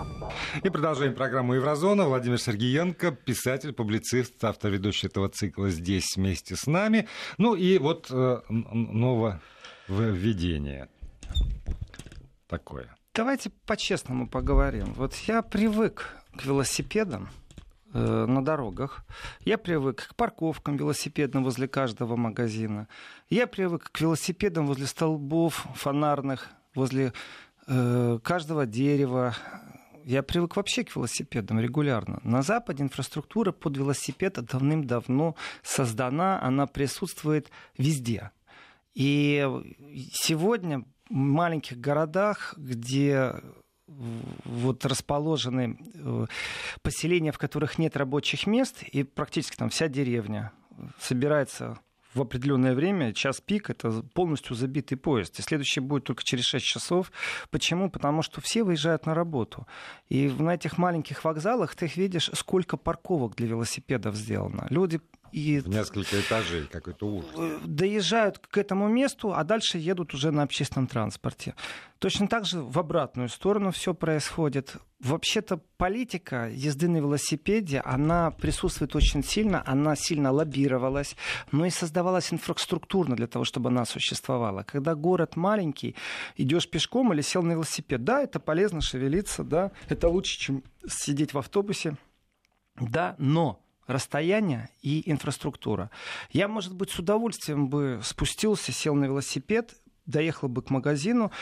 И продолжаем программу «Еврозона». Владимир Сергеенко, писатель, публицист, автор ведущий этого цикла здесь вместе с нами. Ну и вот нововведение такое. Давайте по-честному поговорим. Вот я привык к велосипедам на дорогах. Я привык к парковкам велосипедным возле каждого магазина. Я привык к велосипедам возле столбов фонарных, возле каждого дерева. Я привык вообще к велосипедам регулярно. На Западе инфраструктура под велосипед давным-давно создана, она присутствует везде. И сегодня в маленьких городах, где вот расположены поселения, в которых нет рабочих мест, и практически там вся деревня собирается в определенное время, час пик, это полностью забитый поезд. И следующий будет только через 6 часов. Почему? Потому что все выезжают на работу. И на этих маленьких вокзалах ты видишь, сколько парковок для велосипедов сделано. Люди в несколько этажей, какой-то ужас. Доезжают к этому месту, а дальше едут уже на общественном транспорте. Точно так же в обратную сторону все происходит. Вообще-то политика езды на велосипеде, она присутствует очень сильно, она сильно лоббировалась, но и создавалась инфраструктурно для того, чтобы она существовала. Когда город маленький, идешь пешком или сел на велосипед, да, это полезно шевелиться, да, это лучше, чем сидеть в автобусе, да, но расстояние и инфраструктура. Я, может быть, с удовольствием бы спустился, сел на велосипед, доехал бы к магазину,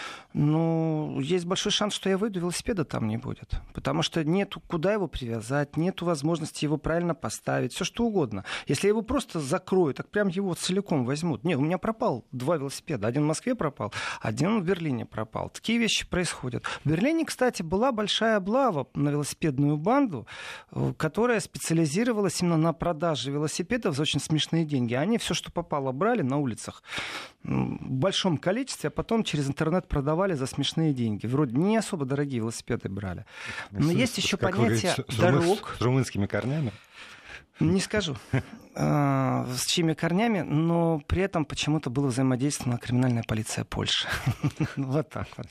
но есть большой шанс, что я выйду, велосипеда там не будет. Потому что нету куда его привязать, нету возможности его правильно поставить, все что угодно. Если я его просто закрою, так прям его целиком возьмут. Нет, у меня пропал 2 велосипеда. Один в Москве пропал, один в Берлине пропал. Такие вещи происходят. В Берлине, кстати, была большая облава на велосипедную банду, которая специализировалась именно на продаже велосипедов за очень смешные деньги. Они все, что попало, брали на улицах в большом количестве, а потом через интернет продавали за смешные деньги. Вроде не особо дорогие велосипеды брали. Но есть еще понятие дорог. С румынскими корнями? Не скажу, с чьими корнями, но при этом почему-то было взаимодействована криминальная полиция Польши. Вот так вот.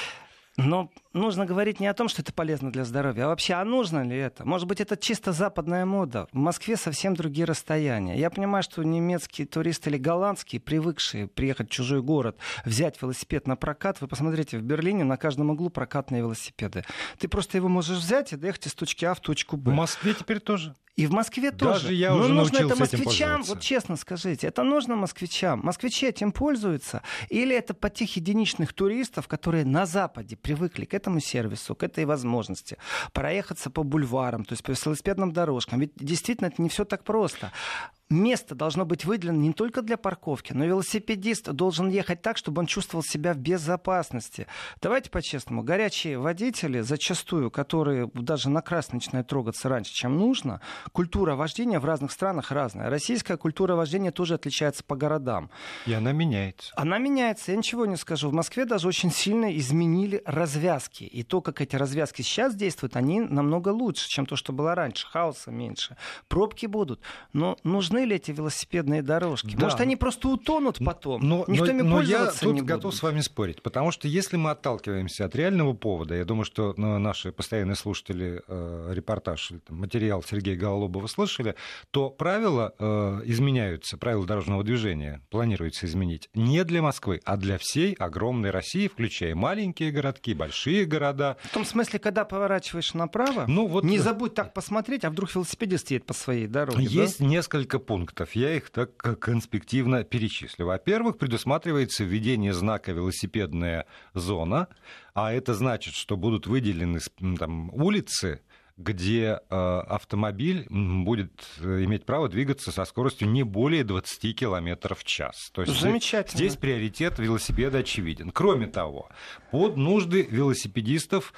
Но нужно говорить не о том, что это полезно для здоровья, а вообще, а нужно ли это? Может быть, это чисто западная мода. В Москве совсем другие расстояния. Я понимаю, что немецкие туристы или голландские, привыкшие приехать в чужой город, взять велосипед на прокат, вы посмотрите, в Берлине на каждом углу прокатные велосипеды. Ты просто его можешь взять и доехать из точки А в точку Б. В Москве теперь тоже. И в Москве тоже. Даже я уже нужно это научился этим москвичам, пользоваться. вот честно скажите, это нужно москвичам? Москвичи этим пользуются? Или это по тех единичных туристов, которые на Западе привыкли к этому сервису, к этой возможности проехаться по бульварам, то есть по велосипедным дорожкам? Ведь действительно это не все так просто. Место должно быть выделено не только для парковки, но велосипедист должен ехать так, чтобы он чувствовал себя в безопасности. Давайте по-честному. Горячие водители, зачастую, которые даже на красный начинают трогаться раньше, чем нужно, культура вождения в разных странах разная. Российская культура вождения тоже отличается по городам. И она меняется. Она меняется, я ничего не скажу. В Москве даже очень сильно изменили развязки. И то, как эти развязки сейчас действуют, они намного лучше, чем то, что было раньше. Хаоса меньше. Пробки будут. Но нужны ли эти велосипедные дорожки? Да. Может, они просто утонут потом? Никто ими пользоваться я не тут будет. готов с вами спорить, потому что если мы отталкиваемся от реального повода, я думаю, что наши постоянные слушатели репортаж или материал Сергея Гололобова слышали, то правила изменяются, правила дорожного движения планируется изменить не для Москвы, а для всей огромной России, включая маленькие городки, большие города. В том смысле, когда поворачиваешь направо, не забудь так посмотреть, а вдруг велосипедист едет по своей дороге. Есть несколько пунктов, я их так конспективно перечислю. Во-первых, предусматривается введение знака «велосипедная зона», а это значит, что будут выделены там улицы, где автомобиль будет иметь право двигаться со скоростью не более 20 км в час. То есть здесь приоритет велосипеда очевиден. Кроме того, под нужды велосипедистов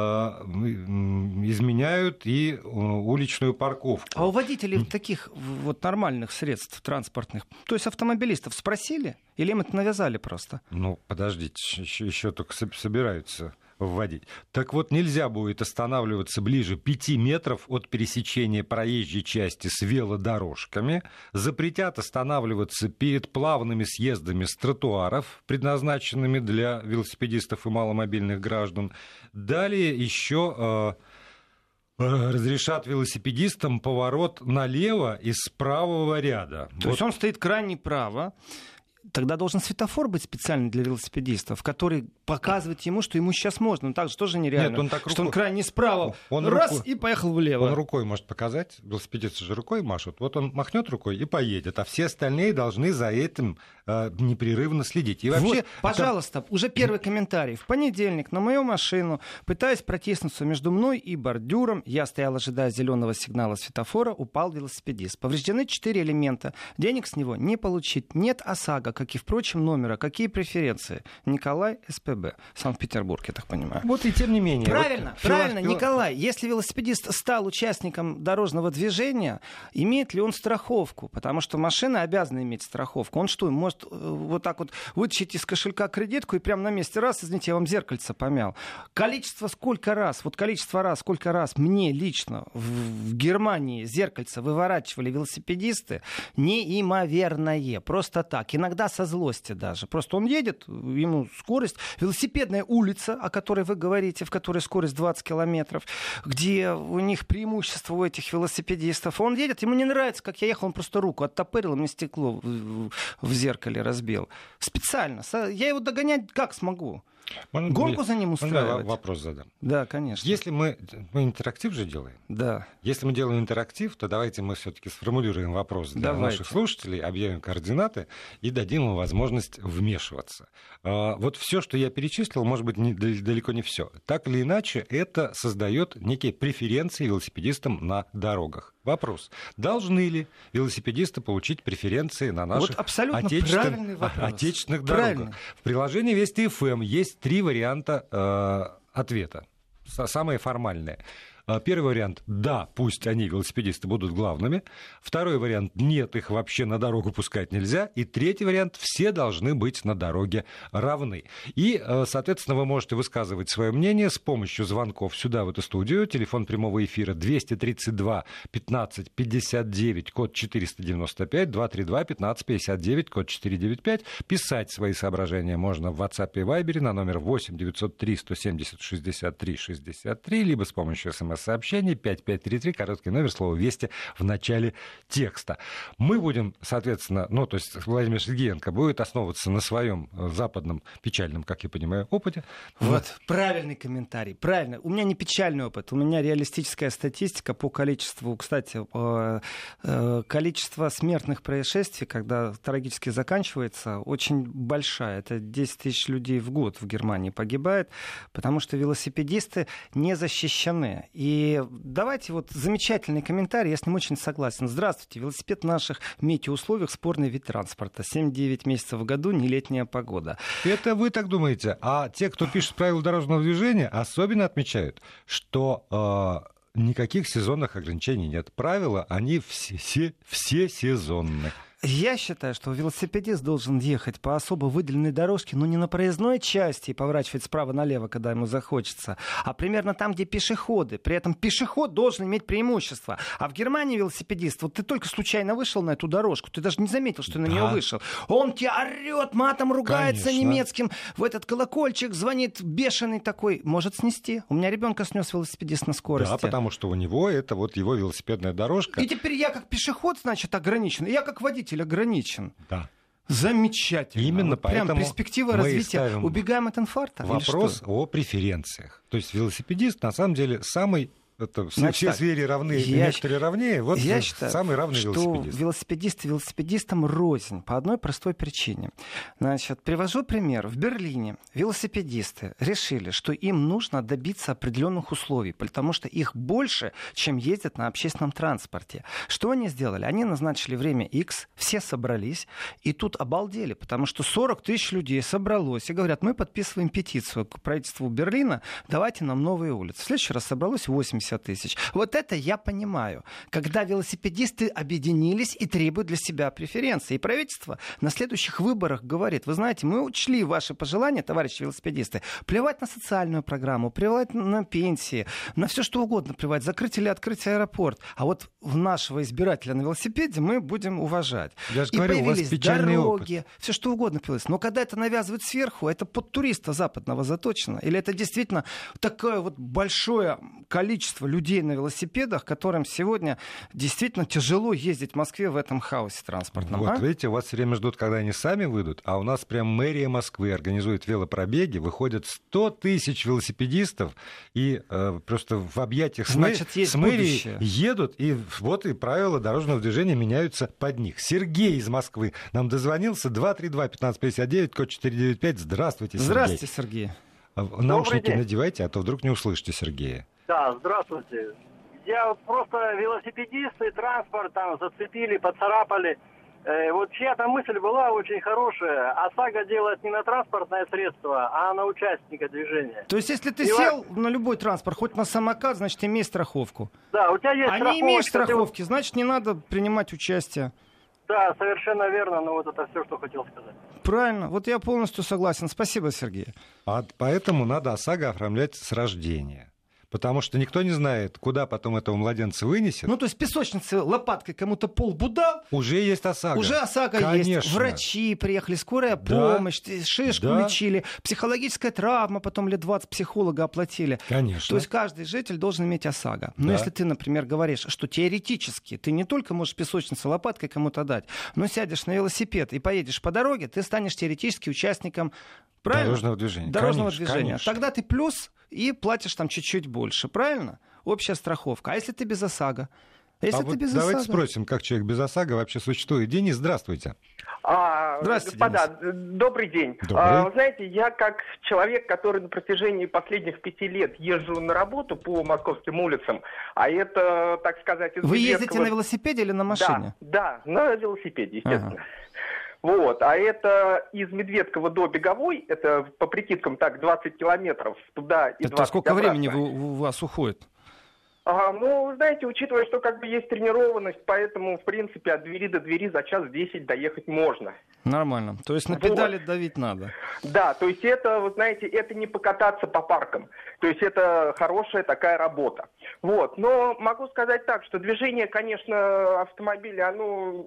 изменяют и уличную парковку. А у водителей таких вот нормальных средств транспортных, то есть автомобилистов, спросили? Или им это навязали просто? Подождите, еще только собираются вводить. Так вот, нельзя будет останавливаться ближе 5 метров от пересечения проезжей части с велодорожками. Запретят останавливаться перед плавными съездами с тротуаров, предназначенными для велосипедистов и маломобильных граждан. Далее еще разрешат велосипедистам поворот налево из правого ряда. То есть он стоит крайне право. Тогда должен светофор быть специальный для велосипедистов, который показывает ему, что ему сейчас можно. Но так же тоже нереально. Нет, он так что он крайне справа, раз и поехал влево. Он рукой может показать, велосипедисты же рукой машут. Вот он махнет рукой и поедет, а все остальные должны за этим непрерывно следить. И вообще, вот, пожалуйста, уже первый комментарий. В понедельник на мою машину, пытаясь протиснуться между мной и бордюром, я стоял, ожидая зеленого сигнала светофора, упал велосипедист. Повреждены 4 элемента. Денег с него не получить. Нет ОСАГО, как и, впрочем, номера. Какие преференции? Николай, СПБ. Санкт-Петербург, я так понимаю. Вот и тем не менее. Правильно, правильно, Николай. Если велосипедист стал участником дорожного движения, имеет ли он страховку? Потому что машина обязана иметь страховку. Он что, может вот так вот вытащить из кошелька кредитку и прямо на месте раз, извините, я вам зеркальце помял. Количество раз, сколько раз мне лично в Германии зеркальце выворачивали велосипедисты, неимоверное. Просто так. Иногда со злости даже. Просто он едет, ему скорость. Велосипедная улица, о которой вы говорите, в которой скорость 20 километров, где у них преимущество у этих велосипедистов. Он едет, ему не нравится, как я ехал, он просто руку оттопырил, и мне стекло в зеркале разбил. Специально. Я его догонять как смогу? Гонку за ним устраивать? Вопрос задам. Да, конечно. Если мы интерактив же делаем. Да. Если мы делаем интерактив, то давайте мы все-таки сформулируем вопрос для наших слушателей, объявим координаты и дадим им возможность вмешиваться. Вот все, что я перечислил, может быть, далеко не все. Так или иначе, это создает некие преференции велосипедистам на дорогах. Вопрос. Должны ли велосипедисты получить преференции на наших отечественных дорогах? В приложении Вести ФМ есть 3 варианта ответа. Самые формальные. Первый вариант – да, пусть они, велосипедисты, будут главными. Второй вариант – нет, их вообще на дорогу пускать нельзя. И третий вариант – все должны быть на дороге равны. И, соответственно, вы можете высказывать свое мнение с помощью звонков сюда, в эту студию. Телефон прямого эфира 232 15 59, код 495, 232 15 59, код 495. Писать свои соображения можно в WhatsApp и Viber на номер 8 903 170 63 63, либо с помощью СМС-сообщений 5533, короткий номер, слово «Вести» в начале текста. Мы будем, соответственно, то есть Владимир Сергеенко будет основываться на своем западном печальном, как я понимаю, опыте. Вот, правильный комментарий, правильно. У меня не печальный опыт, у меня реалистическая статистика по количеству, кстати, количество смертных происшествий, когда трагически заканчивается, очень большая. Это 10 тысяч людей в год в Германии погибает, потому что велосипедисты не защищены. И давайте вот замечательный комментарий, я с ним очень согласен. Здравствуйте, велосипед в наших метеоусловиях спорный вид транспорта. 7-9 месяцев в году, не летняя погода. Это вы так думаете. А те, кто пишет правила дорожного движения, особенно отмечают, что никаких сезонных ограничений нет. Правила, они все сезонные. Я считаю, что велосипедист должен ехать по особо выделенной дорожке, но не на проездной части и поворачивать справа налево, когда ему захочется, а примерно там, где пешеходы. При этом пешеход должен иметь преимущество. А в Германии велосипедист, вот ты только случайно вышел на эту дорожку, ты даже не заметил, что ты на нее вышел. Он тебе орет, матом ругается, конечно, немецким, в этот колокольчик звонит бешеный такой, может снести. У меня ребенка снес велосипедист на скорости. Да, потому что у него это вот его велосипедная дорожка. И теперь я как пешеход, значит, ограничен, и я как водитель ограничен. Да. Замечательно. Именно вот поэтому прям перспектива развития. Убегаем от инфаркта. Вопрос о преференциях. То есть велосипедист на самом деле самый... все звери равны, некоторые равнее. Вот я считаю, самый равный велосипедист. Велосипедисты велосипедистам рознь по одной простой причине. Значит, привожу пример. В Берлине велосипедисты решили, что им нужно добиться определенных условий, потому что их больше, чем ездят на общественном транспорте. Что они сделали? Они назначили время X, все собрались, и тут обалдели, потому что 40 тысяч людей собралось и говорят, мы подписываем петицию к правительству Берлина, давайте нам новые улицы. В следующий раз собралось 80 150 тысяч. Вот это я понимаю. Когда велосипедисты объединились и требуют для себя преференции. И правительство на следующих выборах говорит: вы знаете, мы учли ваши пожелания, товарищи велосипедисты, плевать на социальную программу, плевать на пенсии, на все что угодно плевать, закрыть или открыть аэропорт. А вот в нашего избирателя на велосипеде мы будем уважать. Я же и говорю, появились у вас печальный дороги, опыт. все что угодно появилось. Но когда это навязывают сверху, это под туриста западного заточено? Или это действительно такое вот большое количество людей на велосипедах, которым сегодня действительно тяжело ездить в Москве в этом хаосе транспортном? Вот, видите, у вас все время ждут, когда они сами выйдут, а у нас прям мэрия Москвы организует велопробеги, выходят 100 тысяч велосипедистов и просто в объятиях с мэрией едут, и вот и правила дорожного движения меняются под них. Сергей из Москвы нам дозвонился, 232-1559, код 495. Здравствуйте, Сергей. Здравствуйте, Сергей. Наушники надевайте, а то вдруг не услышите Сергея. Да, здравствуйте. Я просто велосипедисты, транспорт там зацепили, поцарапали. Вот чья-то мысль была очень хорошая. ОСАГО делает не на транспортное средство, а на участника движения. То есть, если ты сел на любой транспорт, хоть на самокат, значит, имей страховку. Да, у тебя есть страховка. А не имеешь страховки, значит, не надо принимать участие. Да, совершенно верно, но вот это все, что хотел сказать. Правильно, вот я полностью согласен. Спасибо, Сергей. Поэтому надо ОСАГО оформлять с рождения. Потому что никто не знает, куда потом этого младенца вынесет. Ну, то есть песочницы лопаткой кому-то полбу дал. Уже есть ОСАГО. Уже ОСАГО есть. Врачи приехали, скорая помощь, шишку лечили, психологическая травма, потом лет 20 психолога оплатили. Конечно. То есть каждый житель должен иметь ОСАГО. Но если ты, например, говоришь, что теоретически ты не только можешь песочницу лопаткой кому-то дать, но сядешь на велосипед и поедешь по дороге, ты станешь теоретически участником дорожного движения. Дорожного движения. Тогда ты плюс и платишь там чуть-чуть больше, правильно? Общая страховка. А если ты без ОСАГО? Давайте спросим, как человек без ОСАГО вообще существует. Денис, здравствуйте. Здравствуйте, господа, Денис. Добрый день. Вы знаете, я как человек, который на протяжении последних 5 лет езжу на работу по московским улицам, а это, так сказать... Вы ездите на велосипеде или на машине? Да, на велосипеде, естественно. Вот, а это из Медведкова до Беговой, это по прикидкам так 20 километров туда и 20 Это сколько обратно. времени у вас уходит? Ну, знаете, учитывая, что как бы есть тренированность, поэтому, в принципе, от двери до двери за час 10 доехать можно. Нормально. То есть на педали давить надо. Да, то есть это, вы знаете, это не покататься по паркам. То есть это хорошая такая работа. Вот, но могу сказать так, что движение, конечно, автомобиля, оно...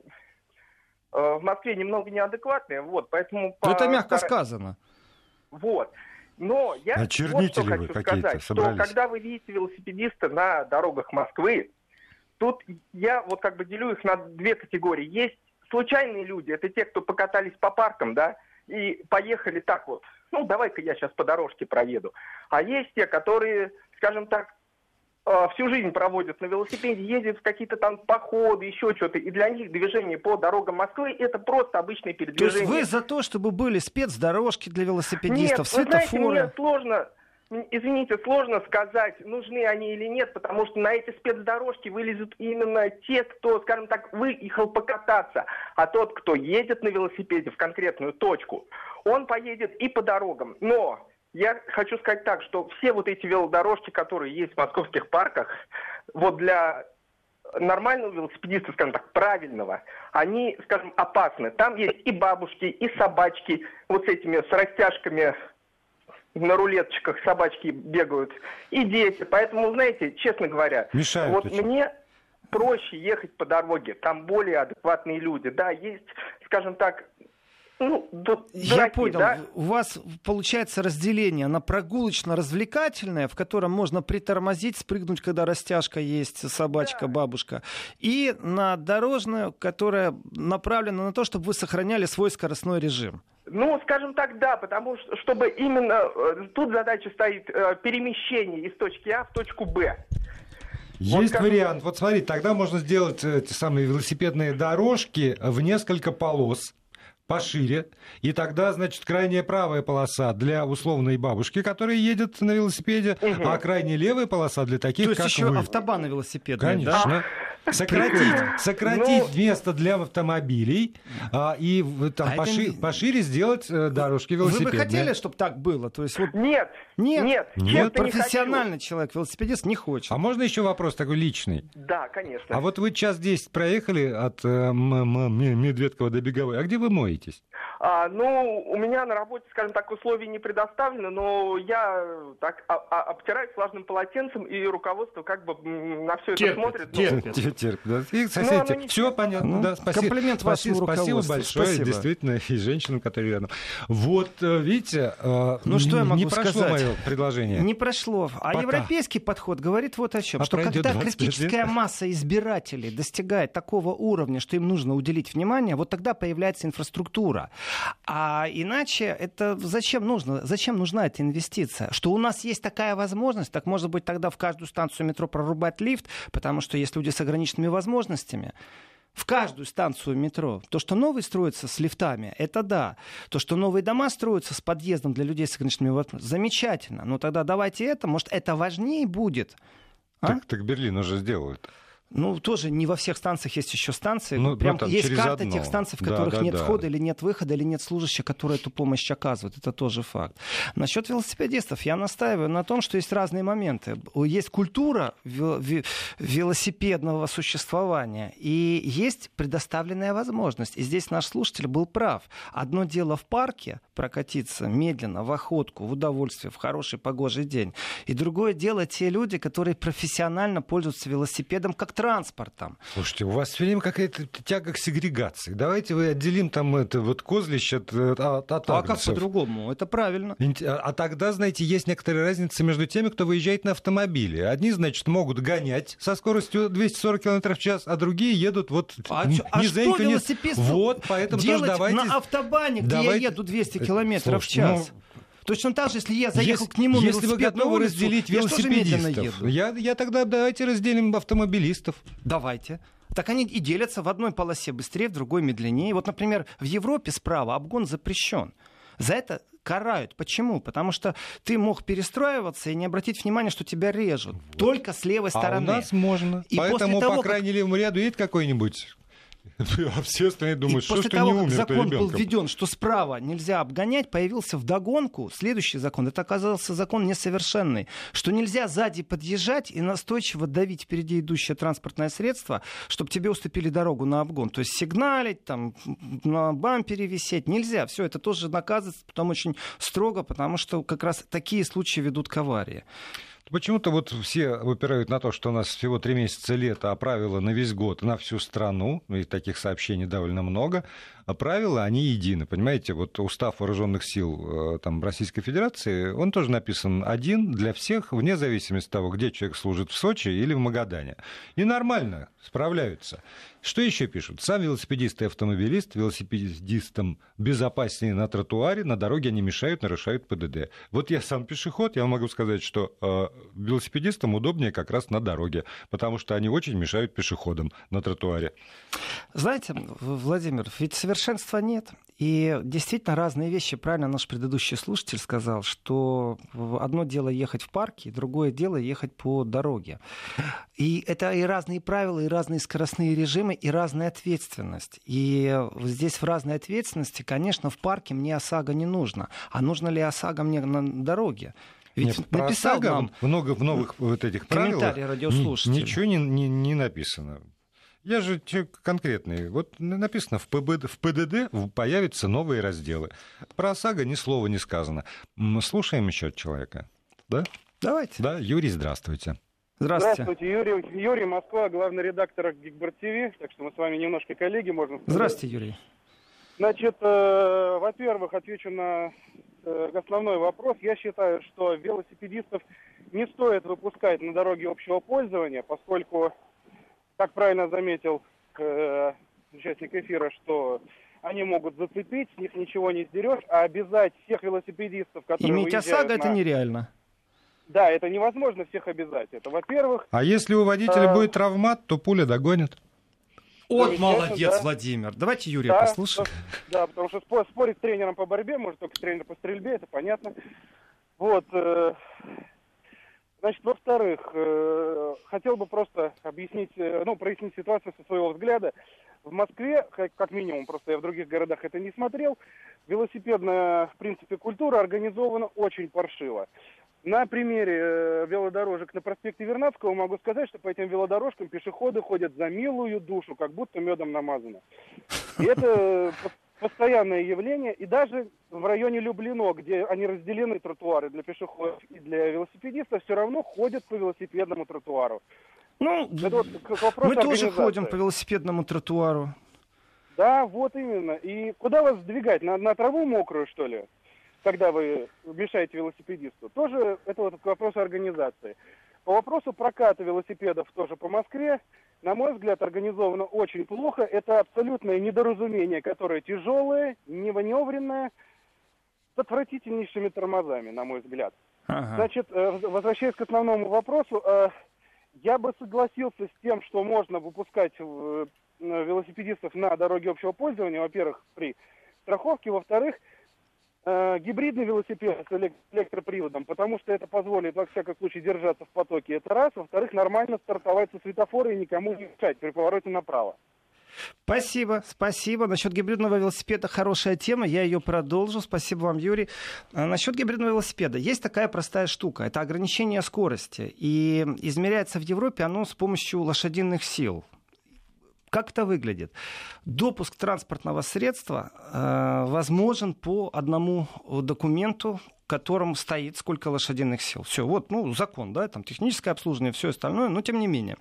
в Москве немного неадекватные, вот, поэтому... Это мягко сказано. Вот. Но я вот что хочу сказать, что когда вы видите велосипедиста на дорогах Москвы, тут я вот как бы делю их на 2 категории. Есть случайные люди, это те, кто покатались по паркам, да, и поехали так вот, ну, давай-ка я сейчас по дорожке проеду. А есть те, которые, скажем так, всю жизнь проводят на велосипеде, ездят в какие-то там походы, еще что-то. И для них движение по дорогам Москвы это просто обычное передвижение. То есть вы за то, чтобы были спецдорожки для велосипедистов, светофоры? Нет, вы знаете, мне сложно, извините, сложно сказать, нужны они или нет, потому что на эти спецдорожки вылезут именно те, кто, скажем так, выехал покататься. А тот, кто едет на велосипеде в конкретную точку, он поедет и по дорогам. Но... я хочу сказать так, что все вот эти велодорожки, которые есть в московских парках, вот для нормального велосипедиста, скажем так, правильного, они, скажем, опасны. Там есть и бабушки, и собачки, вот с этими, с растяжками на рулеточках собачки бегают, и дети. Поэтому, знаете, честно говоря, мешают вот очень. Мне проще ехать по дороге, там более адекватные люди. Да, есть, скажем так, я понял. Да? У вас получается разделение на прогулочно-развлекательное, в котором можно притормозить, спрыгнуть, когда растяжка есть, собачка, бабушка, и на дорожное, которое направлено на то, чтобы вы сохраняли свой скоростной режим. Ну, скажем так, да, потому что, чтобы именно тут задача стоит перемещение из точки А в точку Б. Есть вариант. Вот смотри, тогда можно сделать эти самые велосипедные дорожки в несколько полос, пошире, и тогда, значит, крайняя правая полоса для условной бабушки, которая едет на велосипеде, а крайняя левая полоса для таких, как вы. То есть еще автобаны велосипедные, конечно. Сократить место для автомобилей и там, пошире сделать дорожки велосипедные. Вы бы хотели, чтобы так было? То есть, вот... Нет. Профессиональный человек-велосипедист не хочет. А можно еще вопрос такой личный? Да, конечно. А вот вы 1:10 проехали от Медведкова до Беговой. А где вы моетесь? У меня на работе, скажем так, условий не предоставлено, но я так обтираюсь влажным полотенцем, и руководство как бы на все это смотрит. Терпит. Все понятно. Да, комплимент вашему руководству. Спасибо большое, действительно, и женщинам, которые рядом. Вот, видите, что я могу не прошло сказать? мое предложение. Не прошло. А европейский подход говорит вот о чем. Что когда критическая масса избирателей достигает такого уровня, что им нужно уделить внимание, вот тогда появляется инфраструктура. А иначе это зачем нужна эта инвестиция? Что у нас есть такая возможность, так может быть тогда в каждую станцию метро прорубать лифт, потому что есть люди с ограниченными возможностями. В каждую станцию метро. То, что новые строятся с лифтами, это да. То, что новые дома строятся с подъездом для людей с ограниченными возможностями, замечательно. Но тогда давайте это, может, это важнее будет. Так Берлин уже сделал это. Тоже не во всех станциях есть еще станции. Прям есть карта тех станций, в которых нет входа или нет выхода, или нет служащих, которые эту помощь оказывают. Это тоже факт. Насчет велосипедистов я настаиваю на том, что есть разные моменты. Есть культура велосипедного существования, и есть предоставленная возможность. И здесь наш слушатель был прав. Одно дело в парке прокатиться медленно, в охотку, в удовольствие, в хороший погожий день. И другое дело те люди, которые профессионально пользуются велосипедом как транспортом. Слушайте, у вас все время какая-то тяга к сегрегации. Давайте вы отделим там это вот козлище от Агнцев. А как по-другому? Это правильно. А тогда, знаете, есть некоторая разница между теми, кто выезжает на автомобиле. Одни, значит, могут гонять со скоростью 240 км в час, а другие едут вот... что велосипедисту поэтому делать тоже давайте... на автобане, где я еду 200 км в час? Точно так же, если я заехал к нему на велосипед, если вы готовы разделить велосипедистов, я тогда давайте разделим автомобилистов. Давайте. Так они и делятся в одной полосе быстрее, в другой медленнее. Вот, например, в Европе справа обгон запрещен. За это карают. Почему? Потому что ты мог перестраиваться и не обратить внимания, что тебя режут. Только с левой стороны. А у нас можно. И поэтому, по крайней левому ряду едет какой-нибудь... А все остальные думают, что после не того, умер, как закон ребенком. был введен, что справа нельзя обгонять, появился вдогонку следующий закон. Это оказался закон несовершенный. Что нельзя сзади подъезжать и настойчиво давить впереди идущее транспортное средство, чтобы тебе уступили дорогу на обгон. То есть сигналить, там, на бампере висеть нельзя. Все это тоже наказывается потом очень строго, потому что как раз такие случаи ведут к аварии. Почему-то вот все упирают на то, что у нас всего 3 месяца лета, а правила на весь год, на всю страну, и таких сообщений довольно много, а правила, они едины, понимаете, вот устав вооруженных сил там, Российской Федерации, он тоже написан один для всех, вне зависимости от того, где человек служит, в Сочи или в Магадане. И нормально справляются. Что еще пишут? Сам велосипедист и автомобилист, велосипедистам безопаснее на тротуаре, на дороге они мешают, нарушают ПДД. Вот я сам пешеход, я вам могу сказать, что велосипедистам удобнее как раз на дороге, потому что они очень мешают пешеходам на тротуаре. Знаете, Владимир, ведь совершенства нет. И действительно разные вещи. Правильно наш предыдущий слушатель сказал, что одно дело ехать в парке, другое дело ехать по дороге. И это и разные правила, и разные скоростные режимы, и разная ответственность. И здесь в разной ответственности, конечно, в парке мне ОСАГО не нужно. А нужно ли ОСАГО мне на дороге? Ведь нет, написал нам много в новых вот этих правилах ничего не написано. Я же человек конкретный. Вот написано, в ПДД появятся новые разделы. Про ОСАГО ни слова не сказано. Слушаем еще человека. Да? Давайте. Да, Юрий, здравствуйте. Здравствуйте, Юрий, Москва, главный редактор Гигборд ТВ. Так что мы с вами немножко коллеги, можно сказать. Здравствуйте, Юрий. Значит, во-первых, отвечу на основной вопрос. Я считаю, что велосипедистов не стоит выпускать на дороге общего пользования, поскольку, как правильно заметил участник эфира, что они могут зацепить, с них ничего не сдерешь, а обязать всех велосипедистов, которые иметь ОСАГО, это нереально. Да, это невозможно всех обязать. Это, во-первых... А если у водителя будет травмат, то пуля догонит. Вот молодец, да. Владимир. Давайте Юрия послушаем. Да, потому что спорить с тренером по борьбе может только тренер по стрельбе, это понятно. Вот. Значит, во-вторых, хотел бы просто объяснить, прояснить ситуацию со своего взгляда. В Москве, как минимум, просто я в других городах это не смотрел, велосипедная, в принципе, культура организована очень паршиво. На примере велодорожек на проспекте Вернадского могу сказать, что по этим велодорожкам пешеходы ходят за милую душу, как будто медом намазано. И это постоянное явление. И даже в районе Люблино, где они разделены, тротуары для пешеходов и для велосипедистов, все равно ходят по велосипедному тротуару. Ну, мы тоже ходим по велосипедному тротуару. Да, вот именно. И куда вас сдвигать? На траву мокрую, что ли? Когда вы мешаете велосипедисту. Тоже это вот вопрос организации. По вопросу проката велосипедов тоже по Москве, на мой взгляд, организовано очень плохо. Это абсолютное недоразумение, которое тяжелое, неманевренное, с отвратительнейшими тормозами, на мой взгляд. Ага. Значит, возвращаясь к основному вопросу, я бы согласился с тем, что можно выпускать велосипедистов на дороге общего пользования, во-первых, при страховке, во-вторых, гибридный велосипед с электроприводом, потому что это позволит, во всяком случае, держаться в потоке, это раз, во-вторых, нормально стартовать со светофора и никому не мешать при повороте направо. Спасибо. Насчет гибридного велосипеда хорошая тема, я ее продолжу. Спасибо вам, Юрий. Насчет гибридного велосипеда. Есть такая простая штука. Это ограничение скорости. И измеряется в Европе оно с помощью лошадиных сил. Как это выглядит? Допуск транспортного средства возможен по одному документу, в котором стоит сколько лошадиных сил. Все, вот, закон, да, там техническое обслуживание, все остальное, но тем не менее.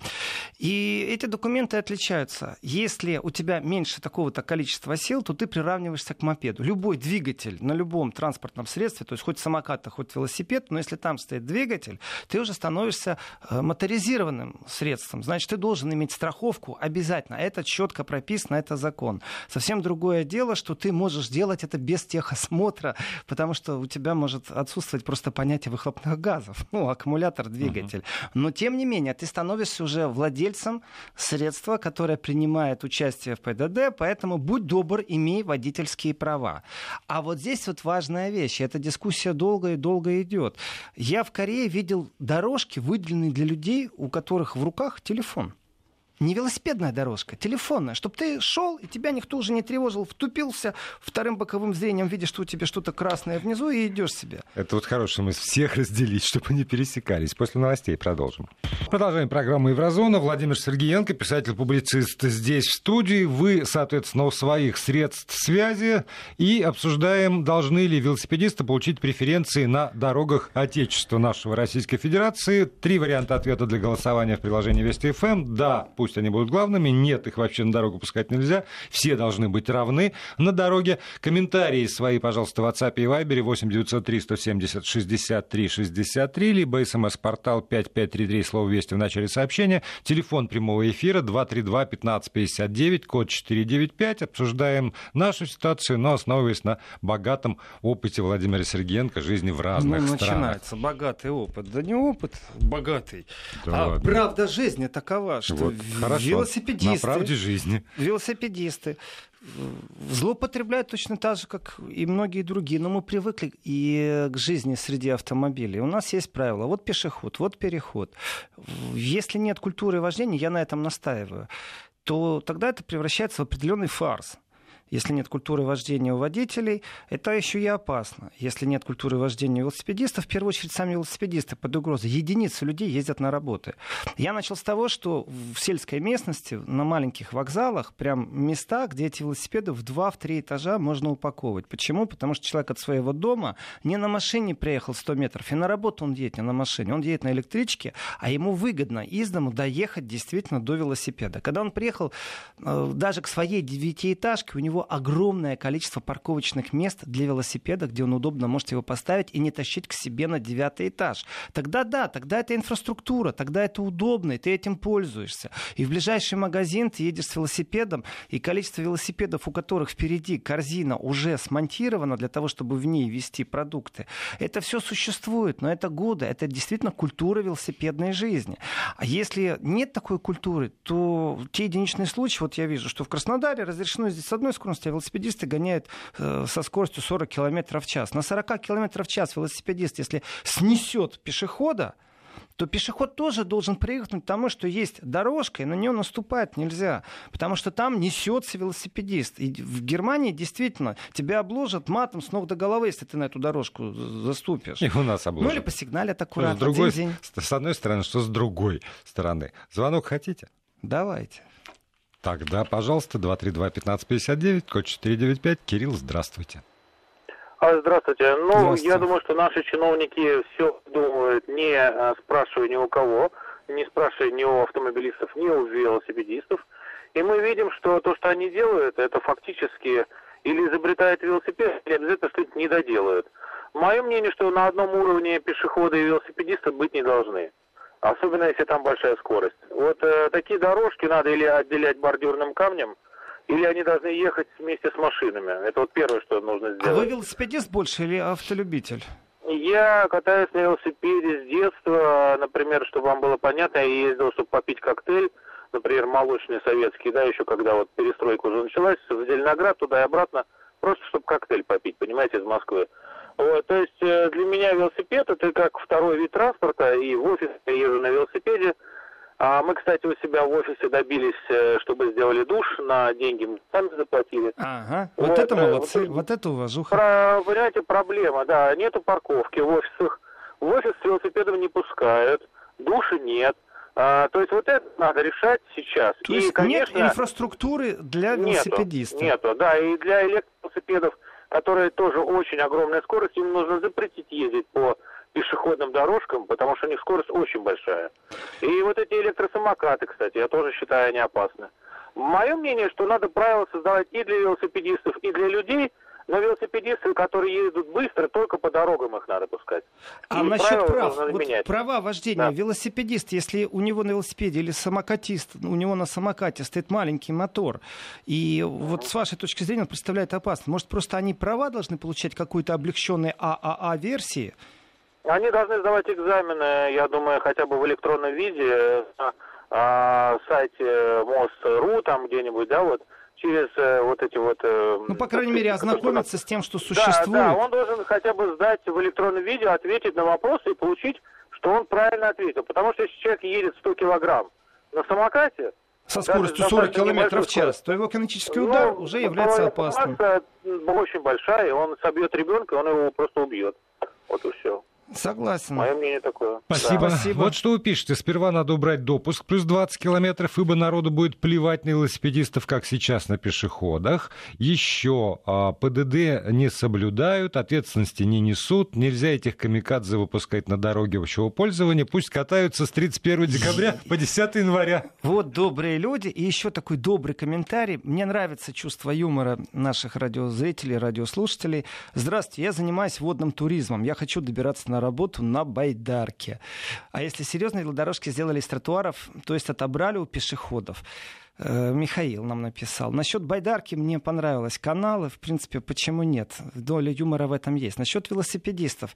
И эти документы отличаются. Если у тебя меньше такого-то количества сил, то ты приравниваешься к мопеду. Любой двигатель на любом транспортном средстве, то есть хоть самокат, хоть велосипед, но если там стоит двигатель, ты уже становишься моторизированным средством. Значит, ты должен иметь страховку обязательно. Это четко прописано, это закон. Совсем другое дело, что ты можешь делать это без техосмотра, потому что у тебя может отсутствовать просто понятие выхлопных газов, аккумулятор, двигатель. Но, тем не менее, ты становишься уже владельцем средства, которое принимает участие в ПДД, поэтому будь добр, имей водительские права. А вот здесь вот важная вещь, эта дискуссия долго идет. Я в Корее видел дорожки, выделенные для людей, у которых в руках телефон. Не велосипедная дорожка, телефонная, чтобы ты шел, и тебя никто уже не тревожил, втупился, вторым боковым зрением видишь, что у тебя что-то красное внизу, и идешь себе. Это вот хорошая мысль, всех разделить, чтобы они пересекались. После новостей продолжим. Продолжаем программу «Еврозона». Владимир Сергеенко, писатель-публицист, здесь в студии. Вы, соответственно, у своих средств связи. И обсуждаем, должны ли велосипедисты получить преференции на дорогах Отечества нашего Российской Федерации. 3 варианта ответа для голосования в приложении Вести ФМ. Да, пусть они будут главными. Нет, их вообще на дорогу пускать нельзя. Все должны быть равны на дороге. Комментарии свои, пожалуйста, в WhatsApp и Viber 8 903 170 63 63, либо смс-портал 5533, слово «Вести» в начале сообщения. Телефон прямого эфира 232 1559, код 495. Обсуждаем нашу ситуацию, но основываясь на богатом опыте Владимира Сергеенко жизни в разных странах. Начинается богатый опыт. Да не опыт богатый, да, правда жизни такова, что вот. Хорошо. Велосипедисты, на правде жизни. Велосипедисты злоупотребляют точно так же, как и многие другие. Но мы привыкли и к жизни среди автомобилей. У нас есть правила. Вот пешеход, вот переход. Если нет культуры вождения, я на этом настаиваю, то тогда это превращается в определенный фарс. Если нет культуры вождения у водителей, это еще и опасно. Если нет культуры вождения у велосипедистов, в первую очередь сами велосипедисты под угрозой. Единицы людей ездят на работы. Я начал с того, что в сельской местности, на маленьких вокзалах, прям места, где эти велосипеды в 2-3 этажа можно упаковывать. Почему? Потому что человек от своего дома не на машине приехал 100 метров, и на работу он едет не на машине, он едет на электричке, а ему выгодно из дому доехать действительно до велосипеда. Когда он приехал даже к своей 9-этажке, у него огромное количество парковочных мест для велосипеда, где он удобно может его поставить и не тащить к себе на 9-й этаж. Тогда да, тогда это инфраструктура, тогда это удобно, и ты этим пользуешься. И в ближайший магазин ты едешь с велосипедом, и количество велосипедов, у которых впереди корзина уже смонтирована для того, чтобы в ней везти продукты, это все существует, но это годы, это действительно культура велосипедной жизни. А если нет такой культуры, то те единичные случаи, вот я вижу, что в Краснодаре разрешено здесь с одной скоростью, а велосипедисты гоняют со скоростью 40 км в час. На 40 км в час велосипедист, если снесет пешехода, то пешеход тоже должен привыкнуть к тому, что есть дорожка, и на нее наступать нельзя, потому что там несется велосипедист. И в Германии действительно тебя обложат матом с ног до головы, если ты на эту дорожку заступишь. И у нас обложат. Ну или посигналят аккуратно. С другой, День-день. с одной стороны, что с другой стороны. Звонок хотите? Давайте. Тогда, пожалуйста, 232-1559, код 495. Кирилл, здравствуйте. Здравствуйте. Здравствуйте. Я думаю, что наши чиновники все думают, не спрашивая ни у кого, не спрашивая ни у автомобилистов, ни у велосипедистов. И мы видим, что то, что они делают, это фактически или изобретают велосипед, или обязательно что-то не доделают. Мое мнение, что на одном уровне пешеходы и велосипедисты быть не должны. Особенно, если там большая скорость. Вот такие дорожки надо или отделять бордюрным камнем, или они должны ехать вместе с машинами. Это вот первое, что нужно сделать. А вы велосипедист больше или автолюбитель? Я катаюсь на велосипеде с детства. Например, чтобы вам было понятно, я ездил, чтобы попить коктейль. Например, молочный советский, да, еще когда вот перестройка уже началась, в Зеленоград, туда и обратно, просто чтобы коктейль попить, понимаете, из Москвы. Вот, то есть для меня велосипед это как второй вид транспорта, и в офис я езжу на велосипеде. Мы, кстати, у себя в офисе добились, чтобы сделали душ, на деньги мы сами заплатили. Ага, вот это молодцы, вот это уважуха. Понимаете, проблема, да, нету парковки в офисах, в офис с велосипедом не пускают, души нет. То есть вот это надо решать сейчас. То есть конечно, нет инфраструктуры для велосипедистов? Нету, да, и для электровелосипедов, которые тоже очень огромная скорость, им нужно запретить ездить по пешеходным дорожкам, потому что у них скорость очень большая. И вот эти электросамокаты, кстати, я тоже считаю, они опасны. Мое мнение, что надо правила создавать и для велосипедистов, и для людей, но велосипедисты, которые едут быстро, только по дорогам их надо пускать. А и насчет прав, вот менять. Права вождения, да. Велосипедист, если у него на велосипеде или самокатист, у него на самокате стоит маленький мотор, и вот с вашей точки зрения он представляет опасность, может просто они права должны получать какой-то облегченной ААА-версии? Они должны сдавать экзамены, я думаю, хотя бы в электронном виде на сайте МОС.ру, там где-нибудь, да, вот, через вот эти вот... Ну, по крайней мере, ознакомиться с тем, что существует. Да, он должен хотя бы сдать в электронном виде, ответить на вопросы и получить, что он правильно ответил. Потому что если человек едет 100 килограмм на самокате... Со скоростью 40 километров в час, то его кинетический удар уже является опасным. Масса очень большая, и он собьет ребенка, он его просто убьет. Вот и все. Согласен. Мое мнение такое. Спасибо. Да. Спасибо. Вот что вы пишете. Сперва надо убрать допуск плюс 20 километров, ибо народу будет плевать на велосипедистов, как сейчас на пешеходах. Еще ПДД не соблюдают, ответственности не несут. Нельзя этих камикадзе выпускать на дороге общего пользования. Пусть катаются с 31 декабря по 10 января. Вот добрые люди. И еще такой добрый комментарий. Мне нравится чувство юмора наших радиозрителей, радиослушателей. Здравствуйте, я занимаюсь водным туризмом. Я хочу добираться на работу на байдарке. А если серьезно, велодорожки сделали из тротуаров, то есть отобрали у пешеходов. Михаил нам написал. Насчет байдарки мне понравилось. Каналы, в принципе, почему нет? Доля юмора в этом есть. Насчет велосипедистов.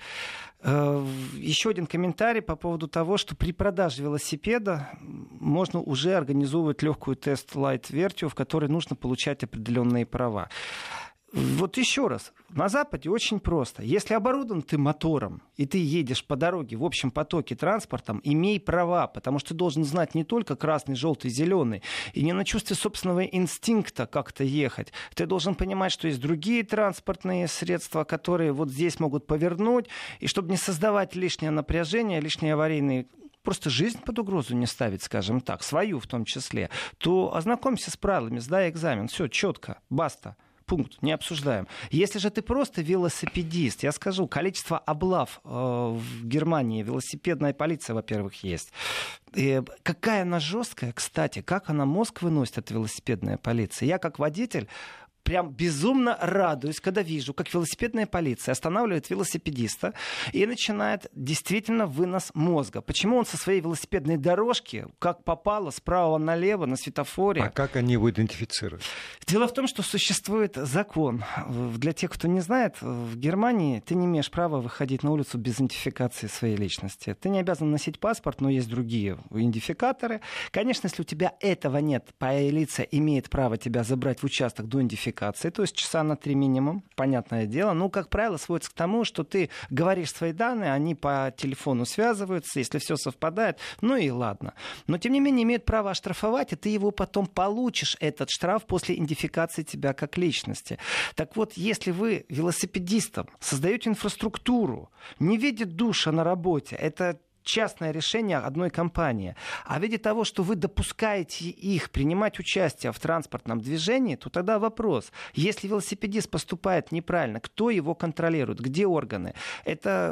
Еще один комментарий по поводу того, что при продаже велосипеда можно уже организовывать легкую тест-лайт версию, в которой нужно получать определенные права. Вот еще раз, на Западе очень просто. Если оборудован ты мотором, и ты едешь по дороге в общем потоке транспортом, имей права, потому что ты должен знать не только красный, желтый, зеленый, и не на чувстве собственного инстинкта как-то ехать. Ты должен понимать, что есть другие транспортные средства, которые вот здесь могут повернуть, и чтобы не создавать лишнее напряжение, лишние аварийные просто жизнь под угрозу не ставить, скажем так, свою в том числе, то ознакомься с правилами, сдай экзамен, все, четко, баста. Пункт, не обсуждаем. Если же ты просто велосипедист, я скажу, количество облав в Германии, велосипедная полиция, во-первых, есть. И какая она жесткая, кстати, как она мозг выносит, эта велосипедная полиция. Я как водитель прям безумно радуюсь, когда вижу, как велосипедная полиция останавливает велосипедиста и начинает действительно вынос мозга. Почему он со своей велосипедной дорожки, как попало, справа налево на светофоре... А как они его идентифицируют? Дело в том, что существует закон. Для тех, кто не знает, в Германии ты не имеешь права выходить на улицу без идентификации своей личности. Ты не обязан носить паспорт, но есть другие идентификаторы. Конечно, если у тебя этого нет, полиция имеет право тебя забрать в участок до идентификации, идентификации, то есть часа на 3 минимум, понятное дело. Ну, как правило, сводится к тому, что ты говоришь свои данные, они по телефону связываются, если все совпадает, ну и ладно. Но, тем не менее, имеют право оштрафовать, и ты его потом получишь, этот штраф, после идентификации тебя как личности. Так вот, если вы велосипедистам создаете инфраструктуру, не видит душа на работе, это частное решение одной компании. А в виде того, что вы допускаете их принимать участие в транспортном движении, то тогда вопрос. Если велосипедист поступает неправильно, кто его контролирует? Где органы? Это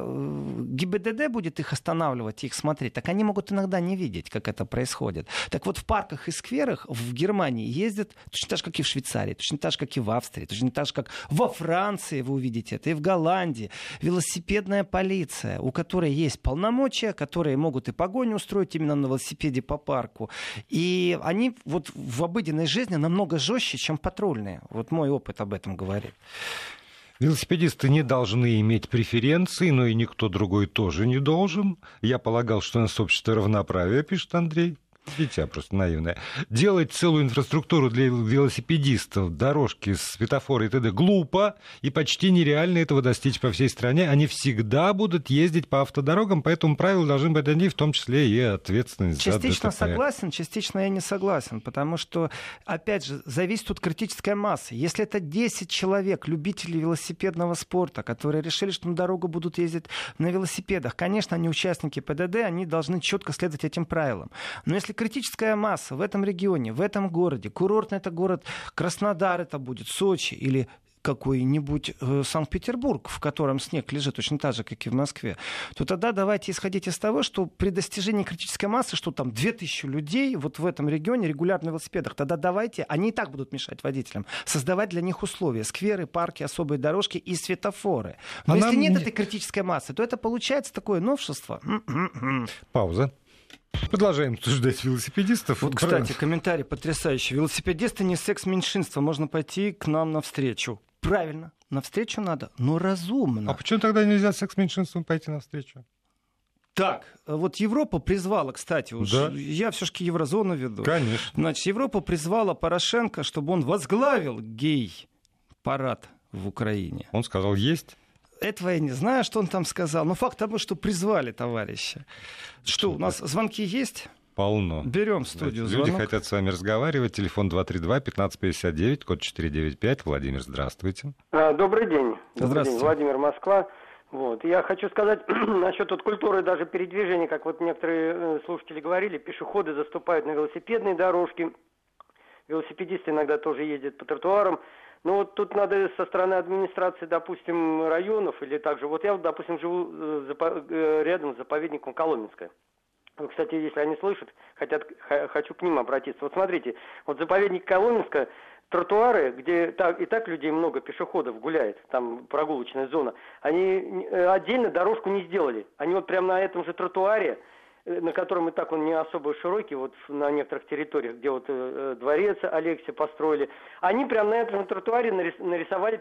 ГИБДД будет их останавливать, их смотреть? Так они могут иногда не видеть, как это происходит. Так вот, в парках и скверах в Германии ездят точно так же, как и в Швейцарии, точно так же, как и в Австрии, точно так же, как во Франции, вы увидите это, и в Голландии. Велосипедная полиция, у которой есть полномочия, которые могут и погоню устроить именно на велосипеде по парку. И они вот в обыденной жизни намного жестче, чем патрульные. Вот мой опыт об этом говорит. Велосипедисты не должны иметь преференции, но и никто другой тоже не должен. Я полагал, что у нас общество равноправия, пишет Андрей. Дитя просто наивное. Делать целую инфраструктуру для велосипедистов, дорожки, светофоры и т.д. глупо, и почти нереально этого достичь по всей стране. Они всегда будут ездить по автодорогам, поэтому правила должны быть одни, в том числе и ответственность за ДТП. Частично согласен, частично я не согласен, потому что, опять же, зависит от критической массы. Если это 10 человек, любителей велосипедного спорта, которые решили, что на дорогу будут ездить на велосипедах, конечно, они участники ПДД, они должны четко следовать этим правилам. Но если критическая масса в этом регионе, в этом городе, курортный это город Краснодар, это будет Сочи или какой-нибудь Санкт-Петербург, в котором снег лежит точно так же, как и в Москве, то тогда давайте исходить из того, что при достижении критической массы, что там 2000 людей вот в этом регионе регулярно на велосипедах, тогда давайте, они и так будут мешать водителям, создавать для них условия, скверы, парки, особые дорожки и светофоры. Но если нет этой критической массы, то это получается такое новшество. Пауза. Продолжаем обсуждать велосипедистов. Вот, кстати, комментарий потрясающий. Велосипедисты не секс-меньшинство, можно пойти к нам навстречу. Правильно, навстречу надо, но разумно. А почему тогда нельзя секс-меньшинствам пойти навстречу? Так, вот Европа призвала, кстати, уж да. Я все-таки еврозону веду. Конечно. Значит, Европа призвала Порошенко, чтобы он возглавил гей-парад в Украине. Он сказал, есть. Этого я не знаю, что он там сказал. Но факт того, что призвали товарища. Что, у нас звонки есть? Полно. Берем в студию звонок. Люди хотят с вами разговаривать. Телефон 232-1559, код 495. Владимир, здравствуйте. Добрый день. Здравствуйте. День. Владимир, Москва. Вот. Я хочу сказать насчет вот культуры даже передвижения, как вот некоторые слушатели говорили, пешеходы заступают на велосипедные дорожки, велосипедисты иногда тоже ездят по тротуарам. Ну вот тут надо со стороны администрации, допустим, районов или также, вот я, допустим, живу рядом с заповедником Коломенское. Кстати, если они слышат, хочу к ним обратиться. Вот смотрите, вот заповедник Коломенское, тротуары, где и так людей много, пешеходов гуляет, там прогулочная зона, они отдельно дорожку не сделали. Они вот прямо на этом же тротуаре, на котором и так он не особо широкий, вот на некоторых территориях, где вот дворец Алексия построили, они прямо на этом тротуаре нарисовали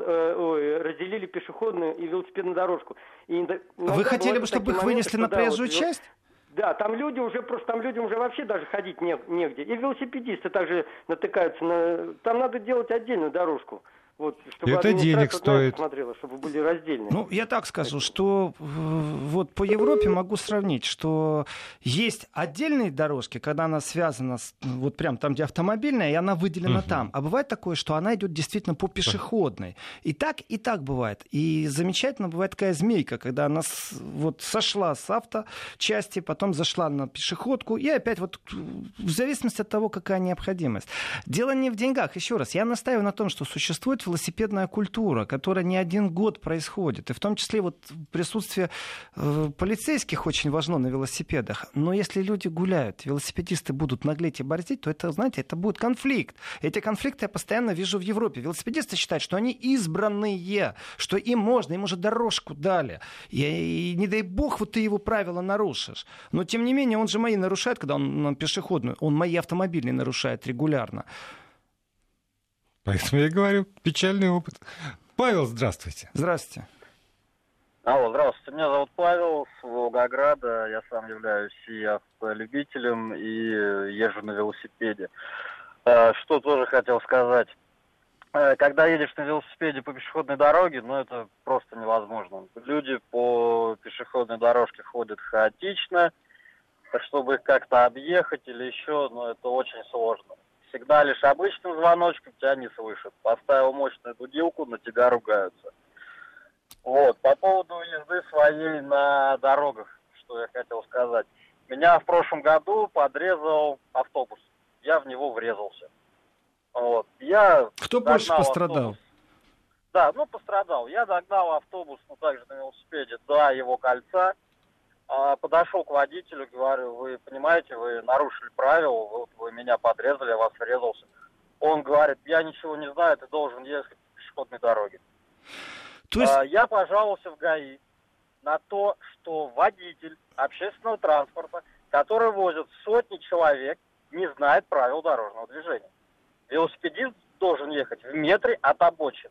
разделили пешеходную и велосипедную дорожку. И вы хотели бы, чтобы их вынесли на проезжую часть? Да, там людям уже вообще даже ходить негде. И велосипедисты также натыкаются там надо делать отдельную дорожку. Вот, чтобы это денег стоит. Смотрела, чтобы были раздельные. Ну, я так скажу, что вот по Европе могу сравнить, что есть отдельные дорожки, когда она связана вот прям там, где автомобильная, и она выделена там. А бывает такое, что она идет действительно по пешеходной. И так бывает. И замечательно бывает такая змейка, когда она вот сошла с авточасти, потом зашла на пешеходку, и опять вот в зависимости от того, какая необходимость. Дело не в деньгах. Еще раз, я настаиваю на том, что существует велосипедная культура, которая не один год происходит. И в том числе вот присутствие полицейских очень важно на велосипедах. Но если люди гуляют, велосипедисты будут наглеть и борзить, то это, знаете, это будет конфликт. Эти конфликты я постоянно вижу в Европе. Велосипедисты считают, что они избранные, что им можно, им уже дорожку дали. И не дай бог, вот ты его правила нарушишь. Но тем не менее, он же мои нарушает, когда он на пешеходную. Он мои автомобильные нарушает регулярно. Поэтому я говорю, печальный опыт. Павел, здравствуйте. Здравствуйте. Алло, здравствуйте. Меня зовут Павел, с Волгограда. Я сам являюсь и автолюбителем, и езжу на велосипеде. Что тоже хотел сказать. когда едешь на велосипеде по пешеходной дороге, ну, это просто невозможно. Люди по пешеходной дорожке ходят хаотично, так чтобы их как-то объехать или еще, ну, это очень сложно. Сигналишь обычным звоночком, тебя не слышат. Поставил мощную будилку, на тебя ругаются. Вот, по поводу езды своей на дорогах, что я хотел сказать. Меня в прошлом году подрезал автобус. Я в него врезался. Вот. Кто больше пострадал? Автобус. Да, пострадал. Я догнал автобус, также на велосипеде, до его кольца. Подошел к водителю, говорю, вы понимаете, вы нарушили правила, вы меня подрезали, я вас врезался. Он говорит, я ничего не знаю, ты должен ехать по пешеходной дороге. То есть... Я пожаловался в ГАИ на то, что водитель общественного транспорта, который возит сотни человек, не знает правил дорожного движения. Велосипедист должен ехать в метре от обочины.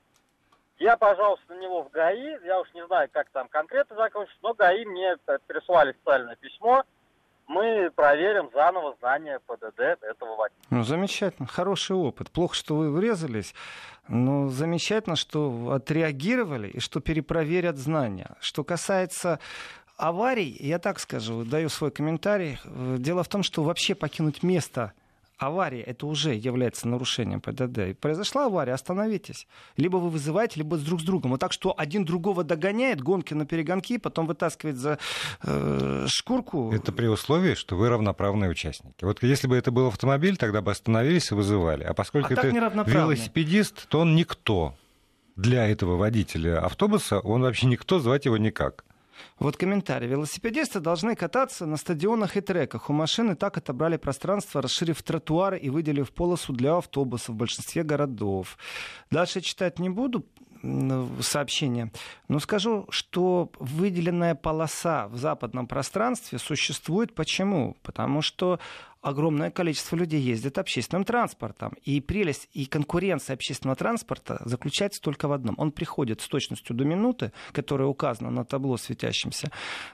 Я пожаловался на него в ГАИ, я уж не знаю, как там конкретно закончится, но ГАИ мне прислали специальное письмо, мы проверим заново знание ПДД этого водителя. Ну, замечательно, хороший опыт. Плохо, что вы врезались, но замечательно, что отреагировали и что перепроверят знания. Что касается аварий, я так скажу, даю свой комментарий. Дело в том, что вообще покинуть место аварии, это уже является нарушением ПДД. И произошла авария, остановитесь. Либо вы вызываете, либо друг с другом. Вот так, что один другого догоняет, гонки на перегонки, потом вытаскивает за шкурку. Это при условии, что вы равноправные участники. Вот если бы это был автомобиль, тогда бы остановились и вызывали. А поскольку это велосипедист, то он никто. Для этого водителя автобуса он вообще никто, звать его никак. Вот комментарий. Велосипедисты должны кататься на стадионах и треках. У машины так отобрали пространство, расширив тротуары и выделив полосу для автобусов в большинстве городов. Дальше читать не буду сообщение, но скажу, что выделенная полоса в западном пространстве существует. Почему? Потому что огромное количество людей ездит общественным транспортом. И прелесть и конкуренция общественного транспорта заключается только в одном. Он приходит с точностью до минуты, которая указана на табло светящемся,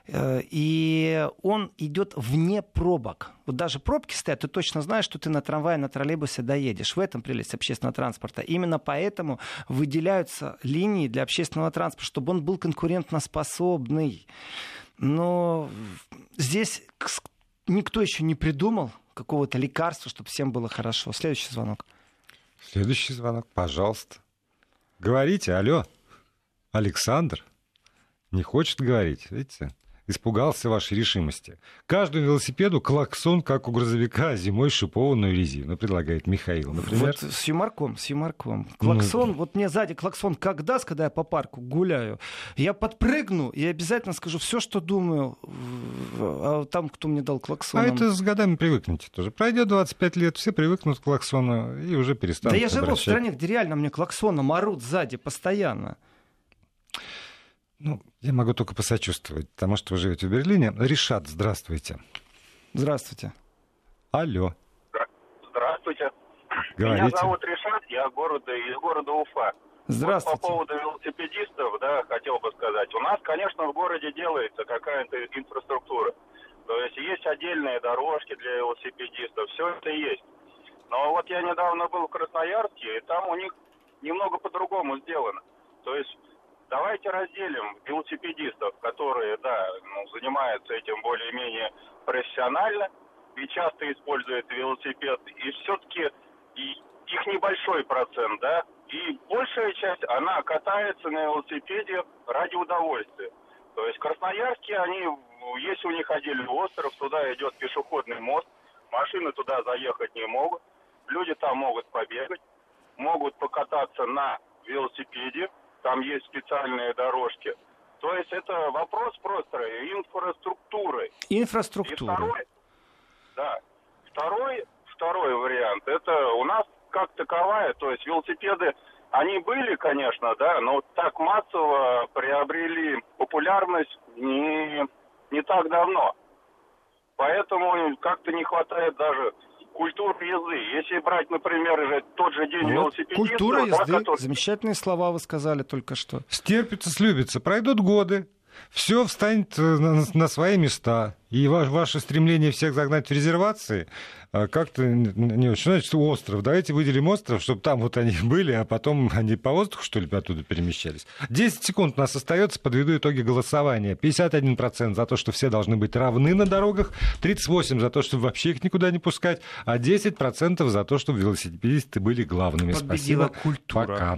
и он идет вне пробок. Вот даже пробки стоят, ты точно знаешь, что ты на трамвае, на троллейбусе доедешь. В этом прелесть общественного транспорта. Именно поэтому выделяются линии для общественного транспорта, чтобы он был конкурентоспособный. Но здесь никто еще не придумал какого-то лекарства, чтобы всем было хорошо. Следующий звонок. Следующий звонок, пожалуйста. Говорите, алло. Александр не хочет говорить, видите? Испугался вашей решимости. Каждому велосипеду клаксон, как у грузовика, а зимой шипованную резину, предлагает Михаил, например. Вот с юморком. Клаксон, вот мне сзади клаксон как даст, когда я по парку гуляю, я подпрыгну и обязательно скажу все, что думаю, а там, кто мне дал клаксон. А это с годами привыкнете тоже. Пройдет 25 лет, все привыкнут к клаксону и уже перестанут Да я живу обращать. в стране, где реально мне клаксоном орут сзади постоянно. Ну, я могу только посочувствовать, потому что вы живете в Берлине. Ришат, здравствуйте. Здравствуйте. Алло. Здравствуйте. Говорите. Меня зовут Ришат, я из города Уфа. Здравствуйте. Вот по поводу велосипедистов, да, хотел бы сказать. У нас, конечно, в городе делается какая-то инфраструктура. То есть отдельные дорожки для велосипедистов, все это есть. Но вот я недавно был в Красноярске, и там у них немного по-другому сделано. То есть давайте разделим велосипедистов, которые, занимаются этим более-менее профессионально и часто используют велосипед, и все-таки их небольшой процент, да, и большая часть, она катается на велосипеде ради удовольствия. То есть в Красноярске есть у них отдельный остров, туда идет пешеходный мост, машины туда заехать не могут, люди там могут побегать, могут покататься на велосипеде, там есть специальные дорожки. То есть это вопрос просто инфраструктуры. Инфраструктура. И второй вариант. Это у нас как таковая, то есть велосипеды, они были, конечно, да, но так массово приобрели популярность не так давно. Поэтому как-то не хватает даже культуры езды. Если брать, например, тот же день велосипедиста... Культура езды, замечательные слова вы сказали только что. Стерпится, слюбится. Пройдут годы, Все встанет на свои места. И ваше стремление всех загнать в резервации как-то не очень. Значит, остров. Давайте выделим остров, чтобы там вот они были, а потом они по воздуху, что ли, оттуда перемещались. 10 секунд у нас остается. Подведу итоги голосования. 51% за то, что все должны быть равны на дорогах, 38% за то, чтобы вообще их никуда не пускать, а 10% за то, чтобы велосипедисты были главными. Победила Спасибо. культура. Пока.